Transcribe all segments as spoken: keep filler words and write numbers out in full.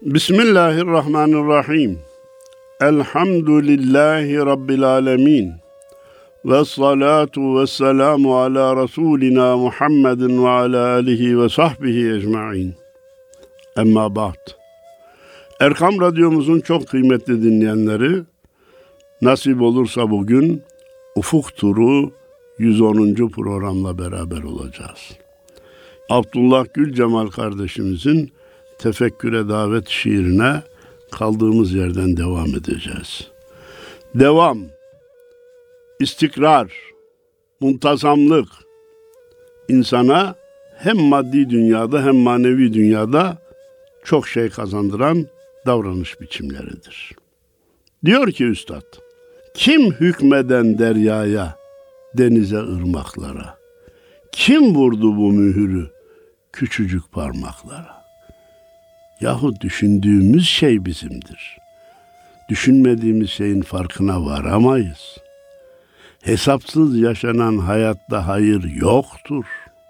Bismillahirrahmanirrahim. Elhamdülillahi Rabbil alemin. Ve salatu ve selamu ala Resulina Muhammedin ve ala alihi ve sahbihi ecma'in. Emma ba'd. Erkam Radyomuzun çok kıymetli dinleyenleri, nasip olursa bugün Ufuk Turu yüz onuncu programla beraber olacağız. Abdullah Gülcemal kardeşimizin Tefekküre Davet şiirine kaldığımız yerden devam edeceğiz. Devam, istikrar, muntazamlık insana hem maddi dünyada hem manevi dünyada çok şey kazandıran davranış biçimleridir. Diyor ki üstad, kim hükmeden deryaya, denize, ırmaklara? Kim vurdu bu mühürü küçücük parmaklara? Yahu düşündüğümüz şey bizimdir. Düşünmediğimiz şeyin farkına varamayız. Hesapsız yaşanan hayatta hayır yoktur.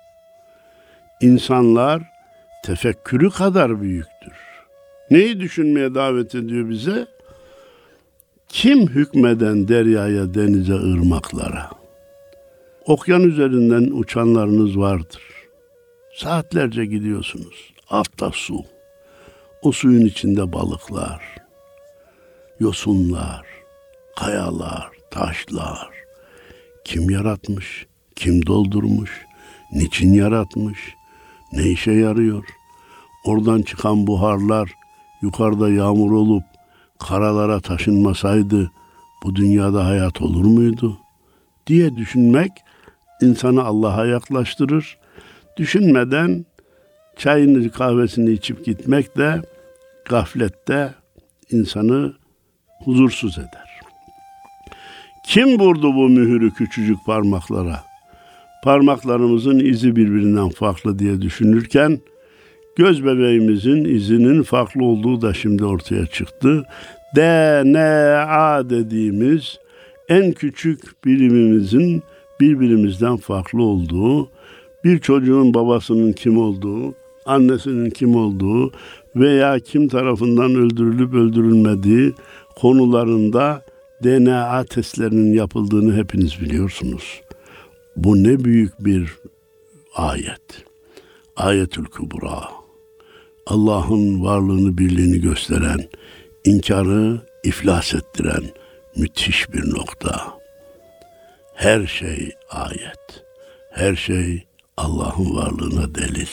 İnsanlar tefekkürü kadar büyüktür. Neyi düşünmeye davet ediyor bize? Kim hükmeden deryaya, denize, ırmaklara? Okyan üzerinden uçanlarınız vardır. Saatlerce gidiyorsunuz. Altta su. O suyun içinde balıklar, yosunlar, kayalar, taşlar. Kim yaratmış? Kim doldurmuş? Niçin yaratmış? Ne işe yarıyor? Oradan çıkan buharlar yukarıda yağmur olup karalara taşınmasaydı bu dünyada hayat olur muydu? Diye düşünmek insanı Allah'a yaklaştırır. Düşünmeden çayını kahvesini içip gitmek de gaflette insanı huzursuz eder. Kim vurdu bu mühürü küçücük parmaklara? Parmaklarımızın izi birbirinden farklı diye düşünürken göz bebeğimizin izinin farklı olduğu da şimdi ortaya çıktı. D N A dediğimiz en küçük birimimizin birbirimizden farklı olduğu, bir çocuğun babasının kim olduğu, annesinin kim olduğu veya kim tarafından öldürülüp öldürülmediği konularında D N A testlerinin yapıldığını hepiniz biliyorsunuz. Bu ne büyük bir ayet. Ayetül Kübra. Allah'ın varlığını, birliğini gösteren, inkarı iflas ettiren müthiş bir nokta. Her şey ayet. Her şey Allah'ın varlığına delil.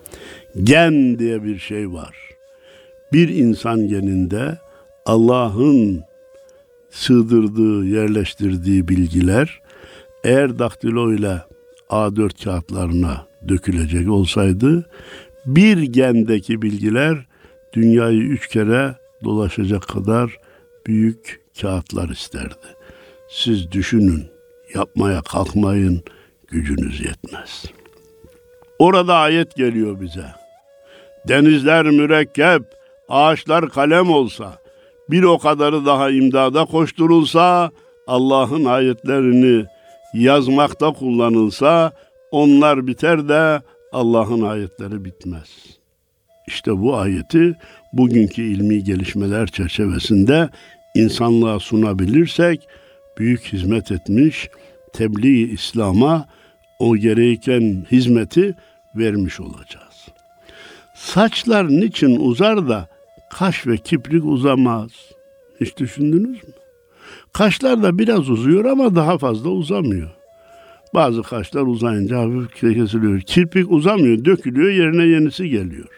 Gen diye bir şey var. Bir insan geninde Allah'ın sığdırdığı, yerleştirdiği bilgiler eğer daktilo ile A dört kağıtlarına dökülecek olsaydı bir gendeki bilgiler dünyayı üç kere dolaşacak kadar büyük kağıtlar isterdi. Siz düşünün, yapmaya kalkmayın, gücünüz yetmez. Orada ayet geliyor bize. Denizler mürekkep, ağaçlar kalem olsa, bir o kadarı daha imdada koşturulsa, Allah'ın ayetlerini yazmakta kullanılsa, onlar biter de Allah'ın ayetleri bitmez. İşte bu ayeti bugünkü ilmi gelişmeler çerçevesinde insanlığa sunabilirsek, büyük hizmet etmiş, tebliğ-i İslam'a o gereken hizmeti vermiş olacağız. Saçlar niçin uzar da kaş ve kiprik uzamaz? Hiç düşündünüz mü? Kaşlar da biraz uzuyor ama daha fazla uzamıyor. Bazı kaşlar uzayınca hafif kesiliyor. Kirpik uzamıyor, dökülüyor, yerine yenisi geliyor.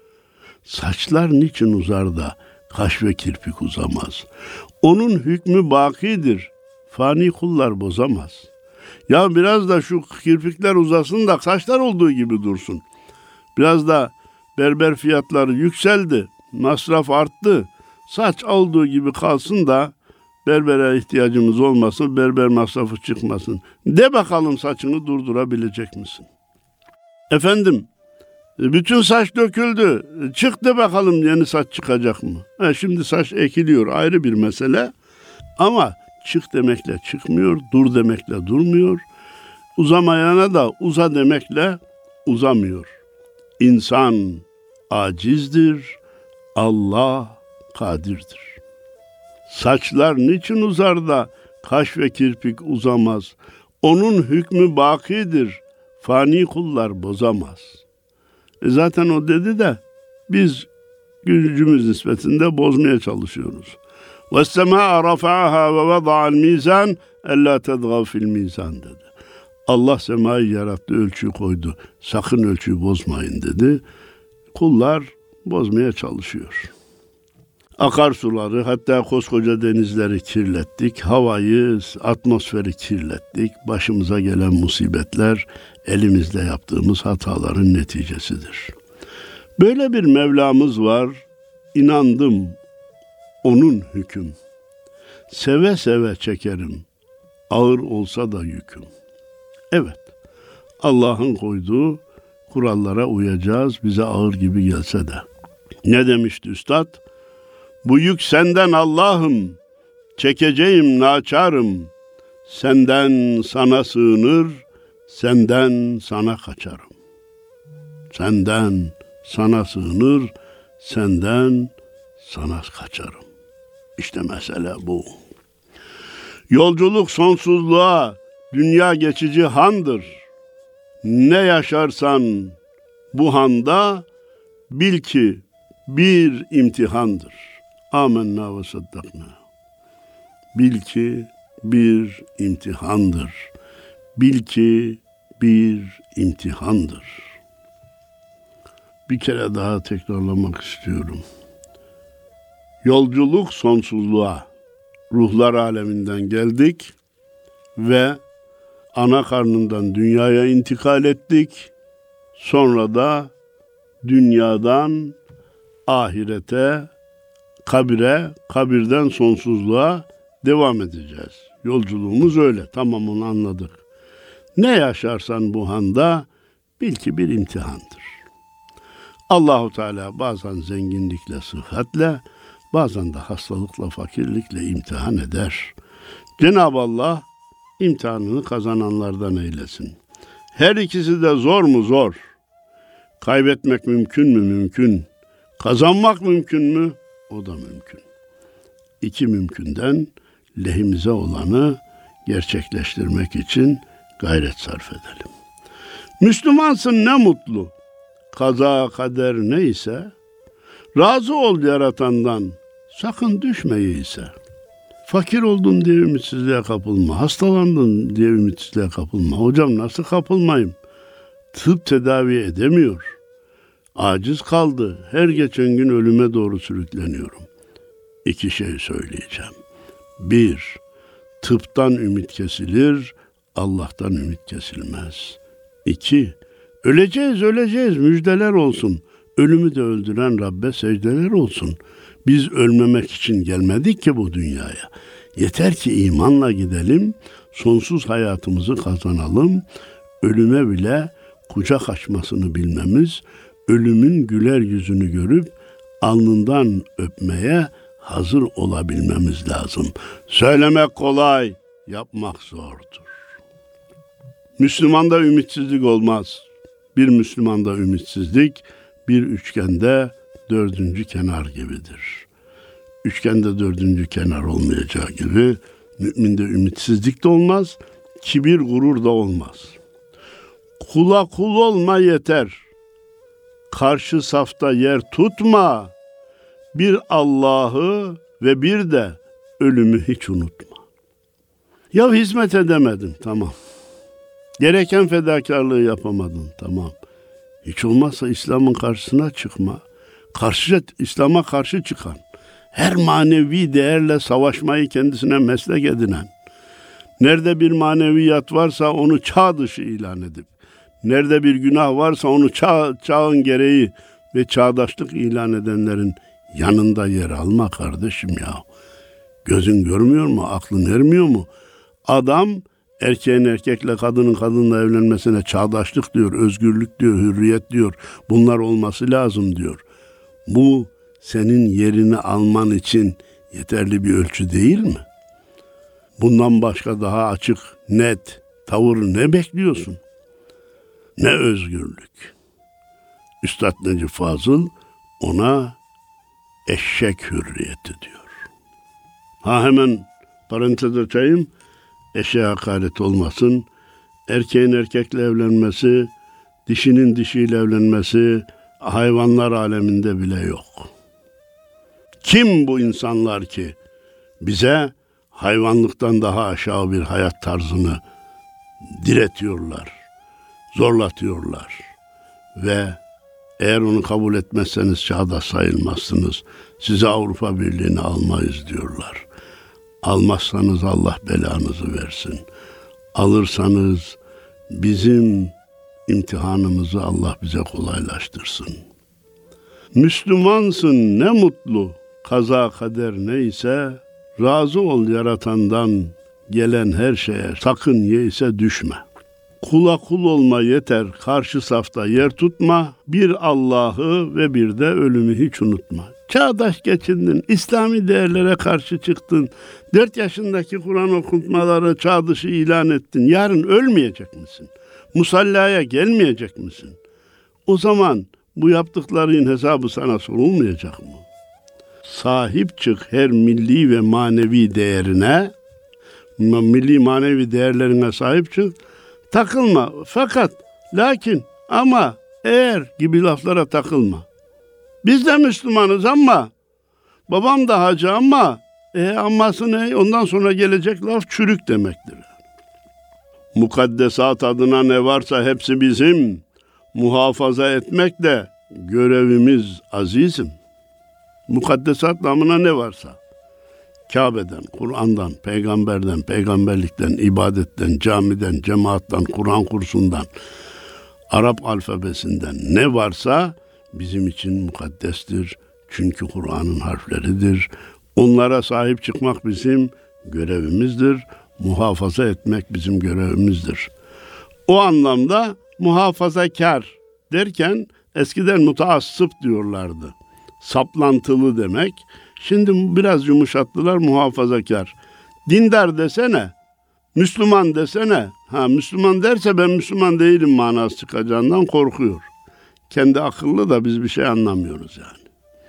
Saçlar niçin uzar da kaş ve kirpik uzamaz? Onun hükmü bakidir. Fani kullar bozamaz. Ya biraz da şu kirpikler uzasın da saçlar olduğu gibi dursun. Biraz da berber fiyatları yükseldi. Masraf arttı. Saç olduğu gibi kalsın da berbere ihtiyacımız olmasın, berber masrafı çıkmasın. De bakalım saçını durdurabilecek misin? Efendim, bütün saç döküldü. Çıktı bakalım yeni saç çıkacak mı? Ha, şimdi saç ekiliyor, ayrı bir mesele. Ama çık demekle çıkmıyor, dur demekle durmuyor. Uzamayana da uza demekle uzamıyor. İnsan acizdir, Allah kadirdir. Saçlar niçin uzar da kaş ve kirpik uzamaz? Onun hükmü bakidir, fani kullar bozamaz. E zaten o dedi de biz gücümüz nispetinde bozmaya çalışıyoruz. وَالسَّمَاءَ رَفَعَهَا وَوَضَعَ الْمِيزَانَ اَلَّا تَدْغَوْا فِي الْمِيزَانِ dedi. Allah semayı yarattı, ölçüyü koydu. Sakın ölçüyü bozmayın dedi. Kullar bozmaya çalışıyor. Akarsuları, hatta koskoca denizleri kirlettik. Havayı, atmosferi kirlettik. Başımıza gelen musibetler elimizde yaptığımız hataların neticesidir. Böyle bir Mevlamız var. İnandım onun hüküm. Seve seve çekerim. Ağır olsa da yüküm. Evet, Allah'ın koyduğu kurallara uyacağız, bize ağır gibi gelse de. Ne demişti üstad? Bu yük senden Allah'ım, çekeceğim naçarım. Senden sana sığınır, senden sana kaçarım. Senden sana sığınır, senden sana kaçarım. İşte mesele bu. Yolculuk sonsuzluğa, dünya geçici handır. Ne yaşarsan bu handa bil ki bir imtihandır. Âmennâ ve saddaknâ. Bil ki bir imtihandır. Bil ki bir imtihandır. Bir kere daha tekrarlamak istiyorum. Yolculuk sonsuzluğa, ruhlar aleminden geldik ve ana karnından dünyaya intikal ettik. Sonra da dünyadan ahirete, kabire, kabirden sonsuzluğa devam edeceğiz. Yolculuğumuz öyle. Tamam, onu anladık. Ne yaşarsan bu handa bil ki bir imtihandır. Allahu Teala bazen zenginlikle, sıhhatle, bazen de hastalıkla, fakirlikle imtihan eder. Cenab-ı Allah imtihanını kazananlardan eylesin. Her ikisi de zor mu? Zor. Kaybetmek mümkün mü? Mümkün. Kazanmak mümkün mü? O da mümkün. İki mümkünden lehimize olanı gerçekleştirmek için gayret sarf edelim. Müslümansın ne mutlu. Kaza kader neyse, razı ol yaratandan, sakın düşmeyi ise. Fakir oldun diye ümitsizliğe kapılma, hastalandın diye ümitsizliğe kapılma. Hocam nasıl kapılmayayım? Tıp tedavi edemiyor. Aciz kaldı. Her geçen gün ölüme doğru sürükleniyorum. İki şey söyleyeceğim. Bir, tıptan ümit kesilir, Allah'tan ümit kesilmez. İki, öleceğiz, öleceğiz, müjdeler olsun. Ölümü de öldüren Rabbe secdeler olsun. Biz ölmemek için gelmedik ki bu dünyaya. Yeter ki imanla gidelim, sonsuz hayatımızı kazanalım. Ölüme bile kucak açmasını bilmemiz, ölümün güler yüzünü görüp alnından öpmeye hazır olabilmemiz lazım. Söylemek kolay, yapmak zordur. Müslümanda ümitsizlik olmaz. Bir Müslümanda ümitsizlik, bir üçgende dördüncü kenar gibidir. Üçgende dördüncü kenar olmayacağı gibi, müminde ümitsizlik de olmaz, kibir, gurur da olmaz. Kula kul olma yeter. Karşı safta yer tutma. Bir Allah'ı ve bir de ölümü hiç unutma. Ya hizmet edemedin, tamam. Gereken fedakarlığı yapamadın, tamam. Hiç olmazsa İslam'ın karşısına çıkma. Karşı, İslam'a karşı çıkan, her manevi değerle savaşmayı kendisine meslek edinen, nerede bir maneviyat varsa onu çağ dışı ilan edip, nerede bir günah varsa onu çağ, çağın gereği ve çağdaşlık ilan edenlerin yanında yer alma kardeşim ya. Gözün görmüyor mu? Aklın ermiyor mu? Adam erkeğin erkekle, kadının kadınla evlenmesine çağdaşlık diyor, özgürlük diyor, hürriyet diyor. Bunlar olması lazım diyor. Bu senin yerini alman için yeterli bir ölçü değil mi? Bundan başka daha açık, net tavır ne bekliyorsun? Ne özgürlük. Üstad Necip Fazıl ona eşek hürriyeti diyor. Ha hemen parantez açayım, eşeğe hakaret olmasın. Erkeğin erkekle evlenmesi, dişinin dişiyle evlenmesi hayvanlar aleminde bile yok. Kim bu insanlar ki bize hayvanlıktan daha aşağı bir hayat tarzını diretiyorlar, zorlatıyorlar ve eğer onu kabul etmezseniz çağdaş sayılmazsınız, size Avrupa Birliği'ne almayız diyorlar. Almazsanız Allah belanızı versin. Alırsanız bizim imtihanımızı Allah bize kolaylaştırsın. Müslümansın ne mutlu, kaza kader neyse, razı ol yaratandan gelen her şeye, sakın yeyse düşme. Kula kul olma yeter, karşı safta yer tutma, bir Allah'ı ve bir de ölümü hiç unutma. Çağdaş geçindin, İslami değerlere karşı çıktın, dört yaşındaki Kur'an okutmaları çağ dışı ilan ettin, yarın ölmeyecek misin? Musallaya gelmeyecek misin? O zaman bu yaptıkların hesabı sana sorulmayacak mı? Sahip çık her milli ve manevi değerine, milli manevi değerlerine sahip çık, takılma. Fakat, lakin, ama, eğer gibi laflara takılma. Biz de Müslümanız ama, babam da hacı ama, e aması ne? Ondan sonra gelecek laf çürük demektir. Mukaddesat adına ne varsa hepsi bizim, muhafaza etmek de görevimiz azizim. Mukaddesat namına ne varsa, Kabe'den, Kur'an'dan, peygamberden, peygamberlikten, ibadetten, camiden, cemaattan, Kur'an kursundan, Arap alfabesinden ne varsa bizim için mukaddestir. Çünkü Kur'an'ın harfleridir. Onlara sahip çıkmak bizim görevimizdir. Muhafaza etmek bizim görevimizdir. O anlamda muhafazakar derken eskiden mutaassıp diyorlardı. Saplantılı demek. Şimdi biraz yumuşattılar, muhafazakar. Dindar desene, Müslüman desene. Ha Müslüman derse ben Müslüman değilim manası çıkacağından korkuyor. Kendi akıllı da biz bir şey anlamıyoruz yani.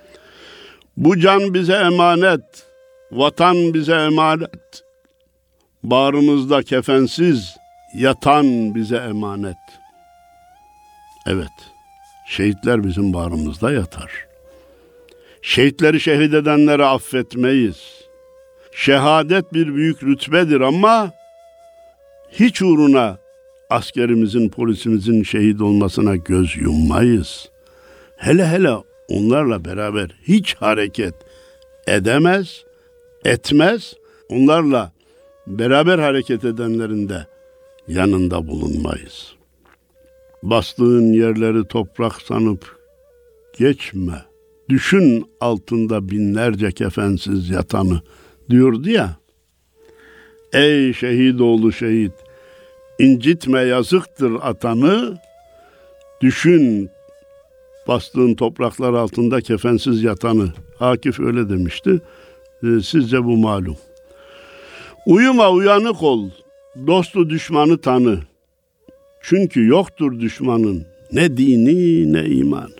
Bu can bize emanet, vatan bize emanet. Bağrımızda kefensiz yatan bize emanet. Evet, şehitler bizim bağrımızda yatar. Şehitleri şehit edenleri affetmeyiz. Şehadet bir büyük rütbedir ama hiç uğruna askerimizin, polisimizin şehit olmasına göz yummayız. Hele hele onlarla beraber hiç hareket edemez, etmez. Onlarla beraber hareket edenlerin de yanında bulunmayız. Bastığın yerleri toprak sanıp geçme. Düşün altında binlerce kefensiz yatanı diyordu ya. Ey şehit oğlu şehit, incitme yazıktır atanı. Düşün bastığın topraklar altında kefensiz yatanı. Akif öyle demişti. Sizce bu malum. Uyuma uyanık ol, dostu düşmanı tanı. Çünkü yoktur düşmanın ne dini ne imanı.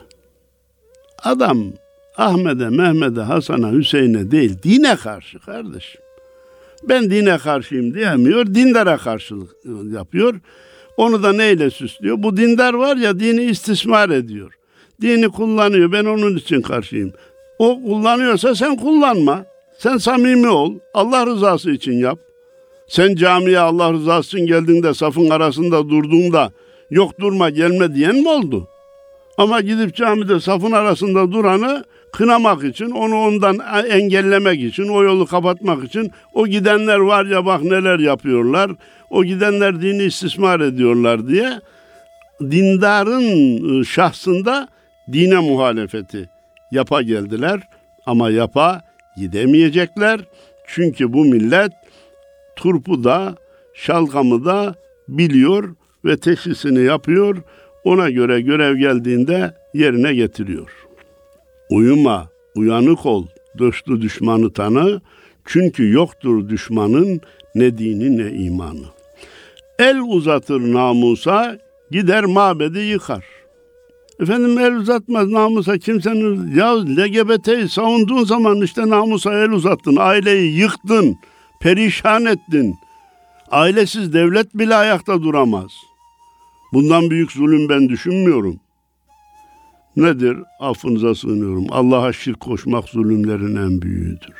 Adam Ahmet'e, Mehmet'e, Hasan'a, Hüseyin'e değil, dine karşı kardeşim. Ben dine karşıyım diyemiyor, dindara karşılık yapıyor. Onu da neyle süslüyor? Bu dindar var ya, dini istismar ediyor. Dini kullanıyor, ben onun için karşıyım. O kullanıyorsa sen kullanma. Sen samimi ol, Allah rızası için yap. Sen camiye Allah rızası için geldiğinde, safın arasında durduğunda, yok durma gelme diyen mi oldu? Ama gidip camide safın arasında duranı kınamak için, onu ondan engellemek için, o yolu kapatmak için, o gidenler var ya bak neler yapıyorlar, o gidenler dini istismar ediyorlar diye dindarın şahsında dine muhalefeti yapa geldiler ama yapa gidemeyecekler. Çünkü bu millet turpu da şalgamı da biliyor ve teşhisini yapıyor. Ona göre görev geldiğinde yerine getiriyor. Uyuma, uyanık ol, dostu düşmanı tanı. Çünkü yoktur düşmanın ne dini ne imanı. El uzatır namusa, gider mabedi yıkar. Efendim el uzatmaz namusa kimsenin... Ya L G B T'yi savunduğun zaman işte namusa el uzattın. Aileyi yıktın, perişan ettin. Ailesiz devlet bile ayakta duramaz. Bundan büyük zulüm ben düşünmüyorum. Nedir? Affınıza sığınıyorum. Allah'a şirk koşmak zulümlerin en büyüğüdür.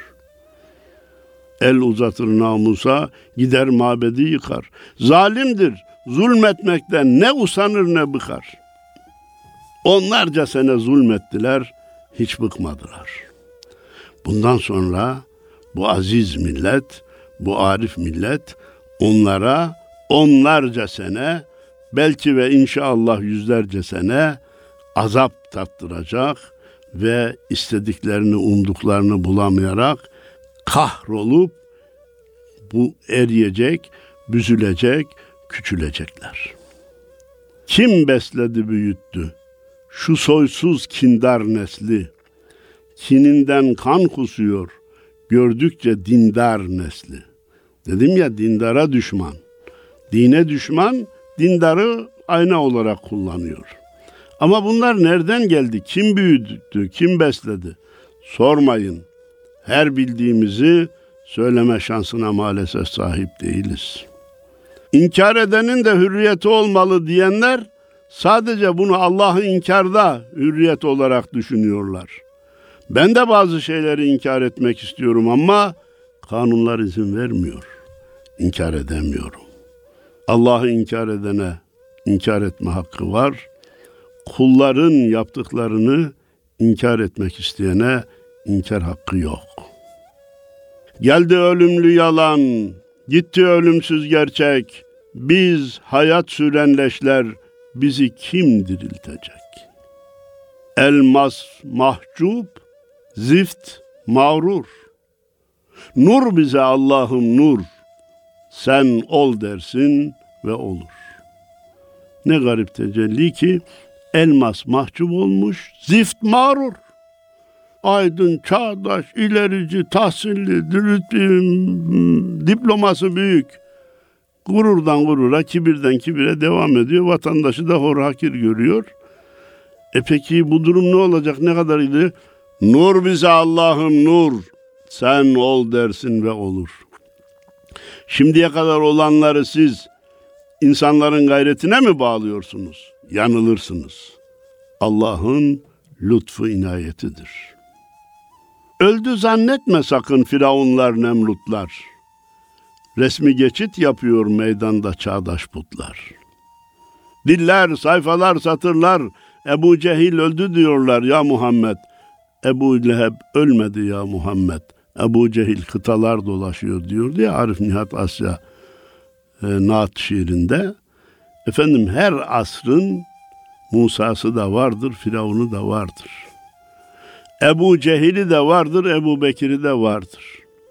El uzatır namusa, gider mabedi yıkar. Zalimdir, zulmetmekten ne usanır ne bıkar. Onlarca sene zulmettiler, hiç bıkmadılar. Bundan sonra bu aziz millet, bu arif millet onlara onlarca sene, belki ve inşallah yüzlerce sene azap tattıracak ve istediklerini, umduklarını bulamayarak kahrolup bu eriyecek, büzülecek, küçülecekler. Kim besledi, büyüttü? Şu soysuz kindar nesli, kininden kan kusuyor, gördükçe dindar nesli. Dedim ya, dindara düşman. Dine düşman, dindarı ayna olarak kullanıyor. Ama bunlar nereden geldi? Kim büyüttü? Kim besledi? Sormayın. Her bildiğimizi söyleme şansına maalesef sahip değiliz. İnkar edenin de hürriyeti olmalı diyenler sadece bunu Allah'ı inkarda hürriyet olarak düşünüyorlar. Ben de bazı şeyleri inkar etmek istiyorum ama kanunlar izin vermiyor. İnkar edemiyorum. Allah'ı inkar edene inkar etme hakkı var. Kulların yaptıklarını inkar etmek isteyene inkar hakkı yok. Geldi ölümlü yalan, gitti ölümsüz gerçek. Biz hayat süren leşler, bizi kim diriltecek? Elmas mahcup, zift mağrur. Nur bize Allah'ım nur, sen ol dersin ve olur. Ne garip tecelli ki elmas mahcup olmuş, zift mağrur. Aydın, çağdaş, ilerici, tahsilli, diploması büyük. Gururdan gurura, kibirden kibire devam ediyor. Vatandaşı da hor hakir görüyor. E peki bu durum ne olacak? Ne kadar iyi? Nur bize Allah'ım nur, sen ol dersin ve olur. Şimdiye kadar olanları siz insanların gayretine mi bağlıyorsunuz? Yanılırsınız. Allah'ın lütfu inayetidir. Öldü zannetme sakın Firavunlar, Nemrutlar. Resmi geçit yapıyor meydanda çağdaş putlar. Diller, sayfalar, satırlar, Ebu Cehil öldü diyorlar ya Muhammed. Ebu Leheb ölmedi ya Muhammed. Ebu Cehil kıtalar dolaşıyor diyordu ya Arif Nihat Asya e, Naat şiirinde. Efendim her asrın Musa'sı da vardır, Firavun'u da vardır. Ebu Cehil'i de vardır, Ebu Bekir'i de vardır.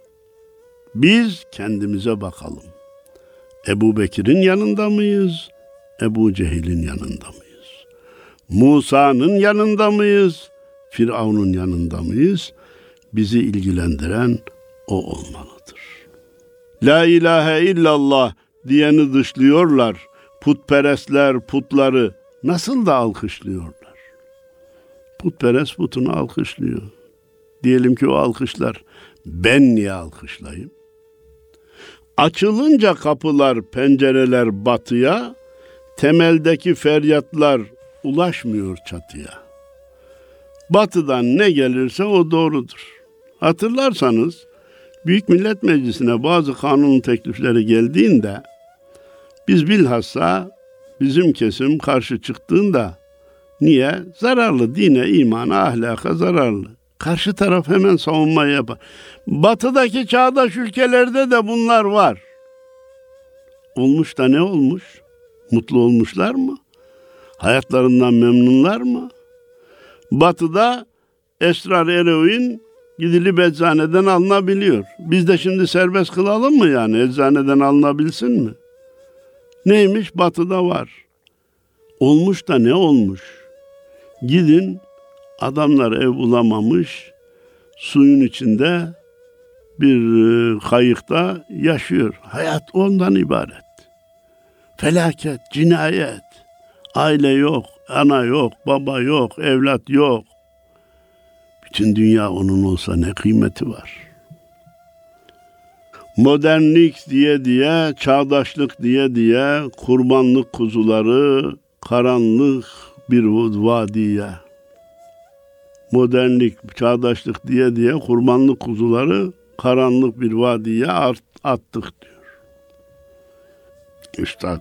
Biz kendimize bakalım. Ebu Bekir'in yanında mıyız? Ebu Cehil'in yanında mıyız? Musa'nın yanında mıyız? Firavun'un yanında mıyız? Bizi ilgilendiren o olmalıdır. La ilahe illallah diyeni dışlıyorlar. Putperestler putları nasıl da alkışlıyorlar. Putperest putunu alkışlıyor. Diyelim ki o alkışlar. Ben niye alkışlayayım? Açılınca kapılar, pencereler batıya, temeldeki feryatlar ulaşmıyor çatıya. Batıdan ne gelirse o doğrudur. Hatırlarsanız Büyük Millet Meclisi'ne bazı kanun teklifleri geldiğinde biz bilhassa bizim kesim karşı çıktığında niye? Zararlı, dine, imana, ahlaka zararlı. Karşı taraf hemen savunmayı yapar. Batıdaki çağdaş ülkelerde de bunlar var. Olmuş da ne olmuş? Mutlu olmuşlar mı? Hayatlarından memnunlar mı? Batıda esrar, eroin gidilip eczaneden alınabiliyor. Biz de şimdi serbest kılalım mı yani? Eczaneden alınabilsin mi? Neymiş? Batıda var. Olmuş da ne olmuş? Gidin, adamlar ev bulamamış, suyun içinde bir kayıkta yaşıyor. Hayat ondan ibaret. Felaket, cinayet. Aile yok, ana yok, baba yok, evlat yok. Bütün dünya onun olsa ne kıymeti var? Modernlik diye diye, çağdaşlık diye diye, kurbanlık kuzuları karanlık bir vadiye. Modernlik, çağdaşlık diye diye kurbanlık kuzuları karanlık bir vadiye attık diyor. Üstad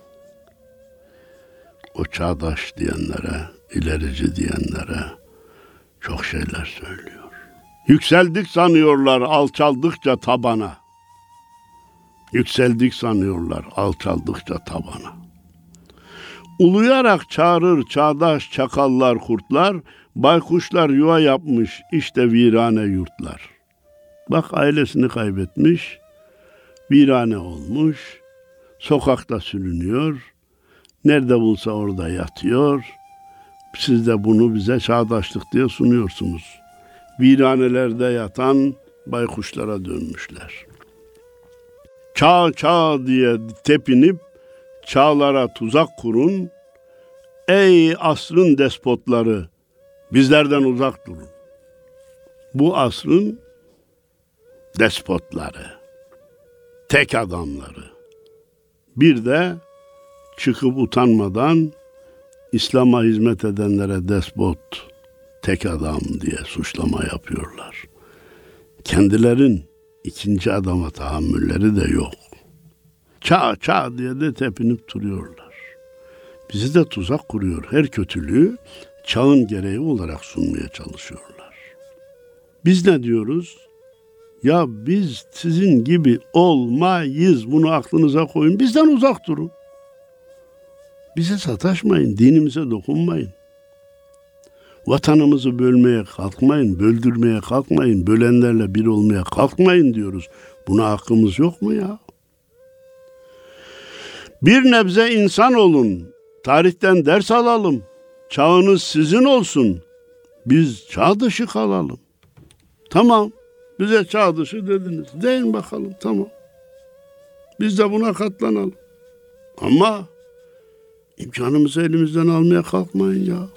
o çağdaş diyenlere, ilerici diyenlere çok şeyler söylüyor. Yükseldik sanıyorlar alçaldıkça tabana. Yükseldik sanıyorlar alçaldıkça tabana. Uluyarak çağırır çağdaş çakallar kurtlar, baykuşlar yuva yapmış işte virane yurtlar. Bak ailesini kaybetmiş, virane olmuş, sokakta sürünüyor, nerede bulsa orada yatıyor. Siz de bunu bize çağdaşlık diye sunuyorsunuz. Viranelerde yatan baykuşlara dönmüşler. Çağ çağ diye tepinip çağlara tuzak kurun. Ey asrın despotları, bizlerden uzak durun. Bu asrın despotları, tek adamları. Bir de çıkıp utanmadan İslam'a hizmet edenlere despot, tek adam diye suçlama yapıyorlar. Kendilerin ikinci adama tahammülleri de yok. Çağ çağ diye de tepinip duruyorlar. Bizi de tuzak kuruyor. Her kötülüğü çağın gereği olarak sunmaya çalışıyorlar. Biz ne diyoruz? Ya biz sizin gibi olmayız. Bunu aklınıza koyun. Bizden uzak durun. Bize sataşmayın. Dinimize dokunmayın. Vatanımızı bölmeye kalkmayın. Böldürmeye kalkmayın. Bölenlerle bir olmaya kalkmayın diyoruz. Buna hakkımız yok mu ya? Bir nebze insan olun. Tarihten ders alalım. Çağınız sizin olsun. Biz çağ dışı kalalım. Tamam. Bize çağ dışı dediniz. Deyin bakalım. Tamam. Biz de buna katlanalım. Ama imkanımızı elimizden almaya kalkmayın ya.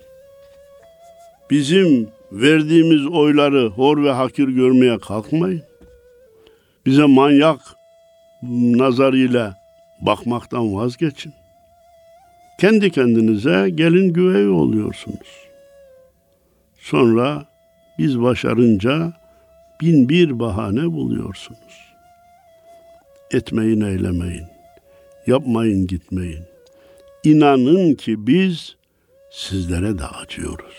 Bizim verdiğimiz oyları hor ve hakir görmeye kalkmayın. Bize manyak nazarıyla bakmaktan vazgeçin. Kendi kendinize gelin güvey oluyorsunuz. Sonra biz başarınca bin bir bahane buluyorsunuz. Etmeyin, eylemeyin. Yapmayın, gitmeyin. İnanın ki biz sizlere de acıyoruz.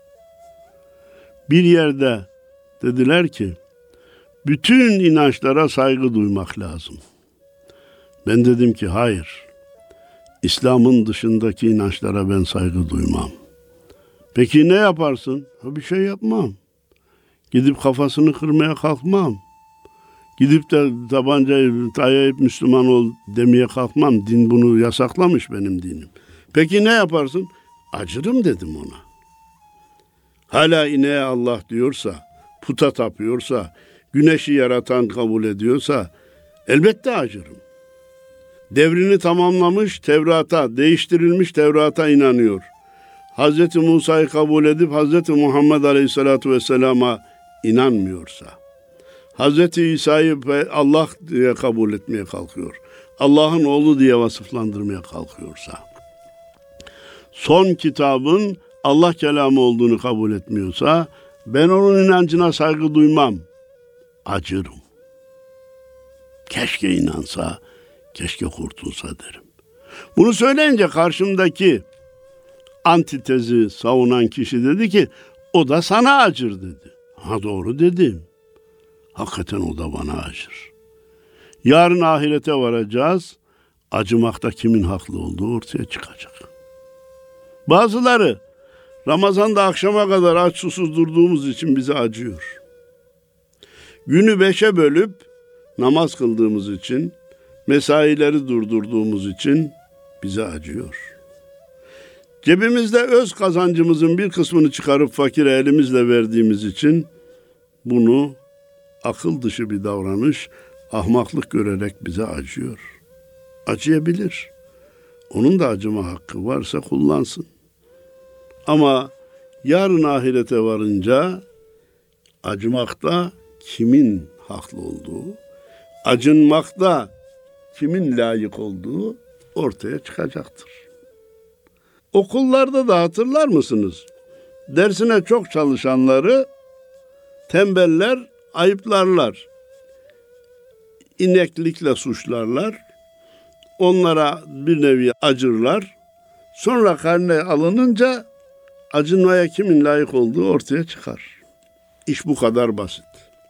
Bir yerde dediler ki, bütün inançlara saygı duymak lazım. Ben dedim ki hayır, İslam'ın dışındaki inançlara ben saygı duymam. Peki ne yaparsın? Ha, bir şey yapmam. Gidip kafasını kırmaya kalkmam. Gidip de tabancayı dayayıp Müslüman ol demeye kalkmam. Din bunu yasaklamış benim dinim. Peki ne yaparsın? Acırım dedim ona. Hala ineğe Allah diyorsa, puta tapıyorsa, güneşi yaratan kabul ediyorsa elbette acırım. Devrini tamamlamış Tevrat'a, değiştirilmiş Tevrat'a inanıyor. Hazreti Musa'yı kabul edip Hazreti Muhammed Aleyhisselatü Vesselam'a inanmıyorsa, Hazreti İsa'yı Allah diye kabul etmeye kalkıyor, Allah'ın oğlu diye vasıflandırmaya kalkıyorsa, son kitabın Allah kelamı olduğunu kabul etmiyorsa, ben onun inancına saygı duymam, acırım. Keşke inansa, keşke kurtulsa derim. Bunu söyleyince karşımdaki antitezi savunan kişi dedi ki, o da sana acır dedi. Ha doğru dedim. Hakikaten o da bana acır. Yarın ahirete varacağız. Acımakta kimin haklı olduğu ortaya çıkacak. Bazıları Ramazan'da akşama kadar aç susuz durduğumuz için bize acıyor. Günü beşe bölüp namaz kıldığımız için, mesaileri durdurduğumuz için bize acıyor. Cebimizde öz kazancımızın bir kısmını çıkarıp fakire elimizle verdiğimiz için bunu akıl dışı bir davranış, ahmaklık görerek bize acıyor. Acıyabilir. Onun da acıma hakkı varsa kullansın. Ama yarın ahirete varınca acımakta kimin haklı olduğu, acınmakta kimin layık olduğu ortaya çıkacaktır. Okullarda da hatırlar mısınız? Dersine çok çalışanları tembeller ayıplarlar. İneklikle suçlarlar. Onlara bir nevi acırlar. Sonra karne alınınca acınmaya kimin layık olduğu ortaya çıkar. İş bu kadar basit.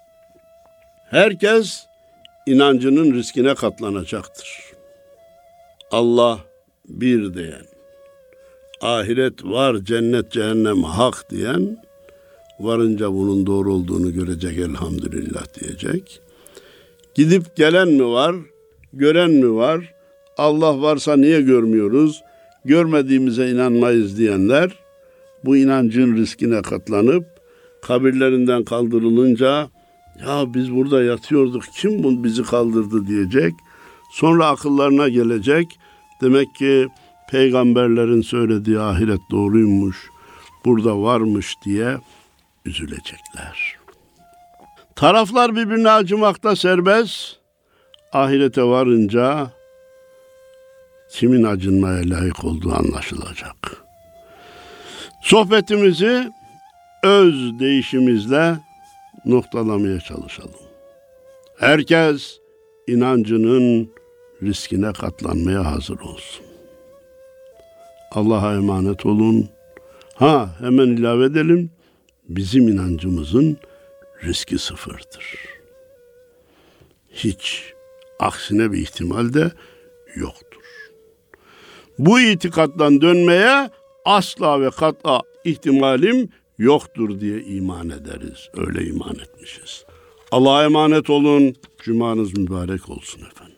Herkes inancının riskine katlanacaktır. Allah bir diyen, ahiret var, cennet cehennem hak diyen, varınca bunun doğru olduğunu görecek, elhamdülillah diyecek. Gidip gelen mi var, gören mi var, Allah varsa niye görmüyoruz, görmediğimize inanmayız diyenler, bu inancın riskine katlanıp, kabirlerinden kaldırılınca, ya biz burada yatıyorduk, kim bunu bizi kaldırdı diyecek. Sonra akıllarına gelecek, demek ki peygamberlerin söylediği ahiret doğruymuş, burada varmış diye üzülecekler. Taraflar birbirine acımakta serbest, ahirete varınca kimin acınmaya layık olduğu anlaşılacak. Sohbetimizi öz değişimizle noktalamaya çalışalım. Herkes inancının riskine katlanmaya hazır olsun. Allah'a emanet olun. Ha, hemen ilave edelim. Bizim inancımızın riski sıfırdır. Hiç aksine bir ihtimal de yoktur. Bu itikattan dönmeye asla ve kat'a ihtimalim yoktur diye iman ederiz. Öyle iman etmişiz. Allah'a emanet olun. Cumanız mübarek olsun efendim.